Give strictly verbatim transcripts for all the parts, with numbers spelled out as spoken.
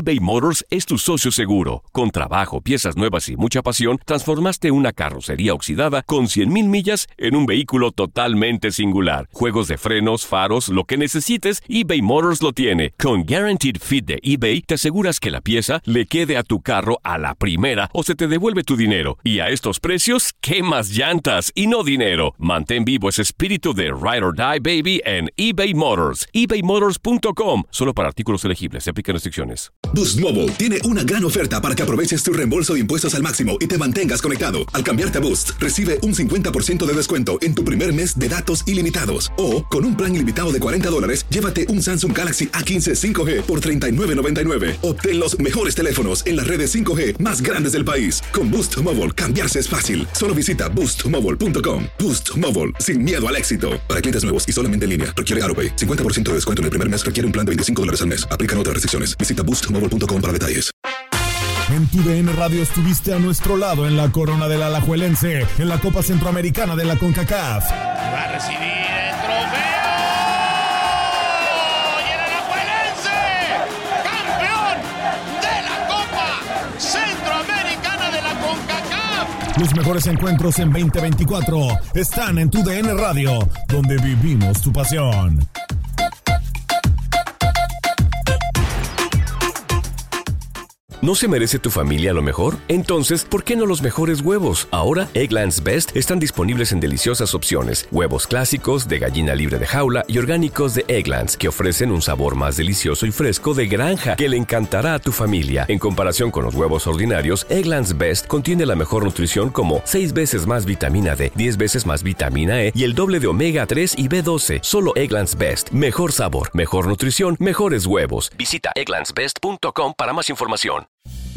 eBay Motors es tu socio seguro. Con trabajo, piezas nuevas y mucha pasión, transformaste una carrocería oxidada con cien mil millas en un vehículo totalmente singular. Juegos de frenos, faros, lo que necesites, eBay Motors lo tiene. Con Guaranteed Fit de eBay, te aseguras que la pieza le quede a tu carro a la primera o se te devuelve tu dinero. Y a estos precios, ¿qué más llantas y no dinero? Mantén vivo ese espíritu de Ride or Die, baby, en eBay Motors. ebay motors punto com. Solo para artículos elegibles. Se aplican restricciones. Boost Mobile tiene una gran oferta para que aproveches tu reembolso de impuestos al máximo y te mantengas conectado. Al cambiarte a Boost, recibe un cincuenta por ciento de descuento en tu primer mes de datos ilimitados. O, con un plan ilimitado de cuarenta dólares, llévate un Samsung Galaxy A quince cinco G por treinta y nueve noventa y nueve. Obtén los mejores teléfonos en las redes cinco G más grandes del país. Con Boost Mobile, cambiarse es fácil. Solo visita boost mobile punto com. Boost Mobile, sin miedo al éxito. Para clientes nuevos y solamente en línea, requiere AutoPay. cincuenta por ciento de descuento en el primer mes, requiere un plan de veinticinco dólares al mes. Aplican otras restricciones. Visita boost mobile punto com para detalles. En tu D N Radio estuviste a nuestro lado en la corona del Alajuelense, en la Copa Centroamericana de la CONCACAF. Va a recibir el trofeo. Y el Alajuelense, campeón de la Copa Centroamericana de la CONCACAF. Los mejores encuentros en veinte veinticuatro están en tu D N Radio, donde vivimos tu pasión. ¿No se merece tu familia lo mejor? Entonces, ¿por qué no los mejores huevos? Ahora, Eggland's Best están disponibles en deliciosas opciones. Huevos clásicos, de gallina libre de jaula y orgánicos de Eggland's, que ofrecen un sabor más delicioso y fresco de granja que le encantará a tu familia. En comparación con los huevos ordinarios, Eggland's Best contiene la mejor nutrición como seis veces más vitamina D, diez veces más vitamina E y el doble de omega tres y B doce. Solo Eggland's Best. Mejor sabor, mejor nutrición, mejores huevos. Visita egglands best punto com para más información.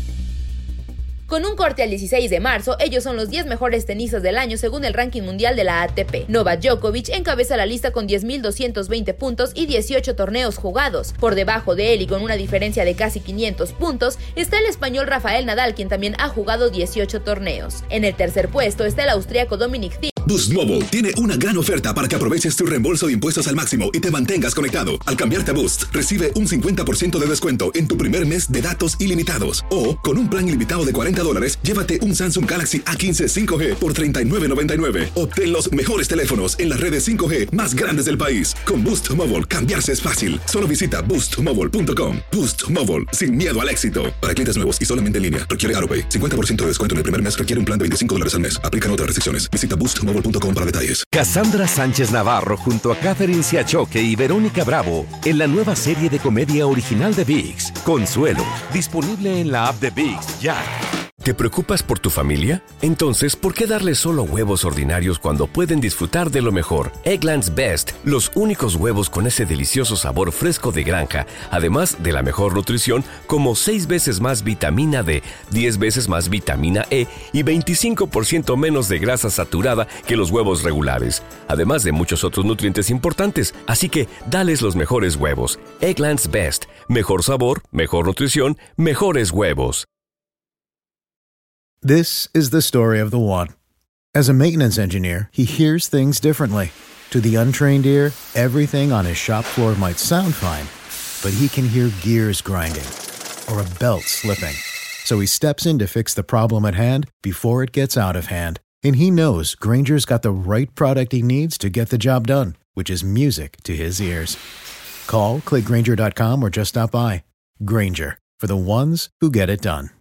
Con un corte al dieciséis de marzo, ellos son los diez mejores tenistas del año según el ranking mundial de la A T P. Novak Djokovic encabeza la lista con diez mil doscientos veinte puntos y dieciocho torneos jugados. Por debajo de él y con una diferencia de casi quinientos puntos, está el español Rafael Nadal, quien también ha jugado dieciocho torneos. En el tercer puesto está el austríaco Dominic Thiem. Boost Mobile tiene una gran oferta para que aproveches tu reembolso de impuestos al máximo y te mantengas conectado. Al cambiarte a Boost, recibe un cincuenta por ciento de descuento en tu primer mes de datos ilimitados. O, con un plan ilimitado de cuarenta dólares, llévate un Samsung Galaxy A quince cinco G por treinta y nueve noventa y nueve. Obtén los mejores teléfonos en las redes cinco G más grandes del país. Con Boost Mobile, cambiarse es fácil. Solo visita boost mobile punto com. Boost Mobile, sin miedo al éxito. Para clientes nuevos y solamente en línea, requiere AutoPay. cincuenta por ciento de descuento en el primer mes, requiere un plan de veinticinco dólares al mes. Aplican otras restricciones. Visita boost mobile punto com para detalles. Cassandra Sánchez Navarro junto a Catherine Siachoque y Verónica Bravo en la nueva serie de comedia original de ViX, Consuelo, disponible en la app de ViX ya. ¿Te preocupas por tu familia? Entonces, ¿por qué darles solo huevos ordinarios cuando pueden disfrutar de lo mejor? Eggland's Best, los únicos huevos con ese delicioso sabor fresco de granja, además de la mejor nutrición, como seis veces más vitamina D, diez veces más vitamina E y veinticinco por ciento menos de grasa saturada que los huevos regulares, además de muchos otros nutrientes importantes. Así que, dales los mejores huevos. Eggland's Best, mejor sabor, mejor nutrición, mejores huevos. This is the story of the one. As a maintenance engineer, he hears things differently. To the untrained ear, everything on his shop floor might sound fine, but he can hear gears grinding or a belt slipping. So he steps in to fix the problem at hand before it gets out of hand. And he knows Grainger's got the right product he needs to get the job done, which is music to his ears. Call, click Grainger dot com, or just stop by. Grainger, for the ones who get it done.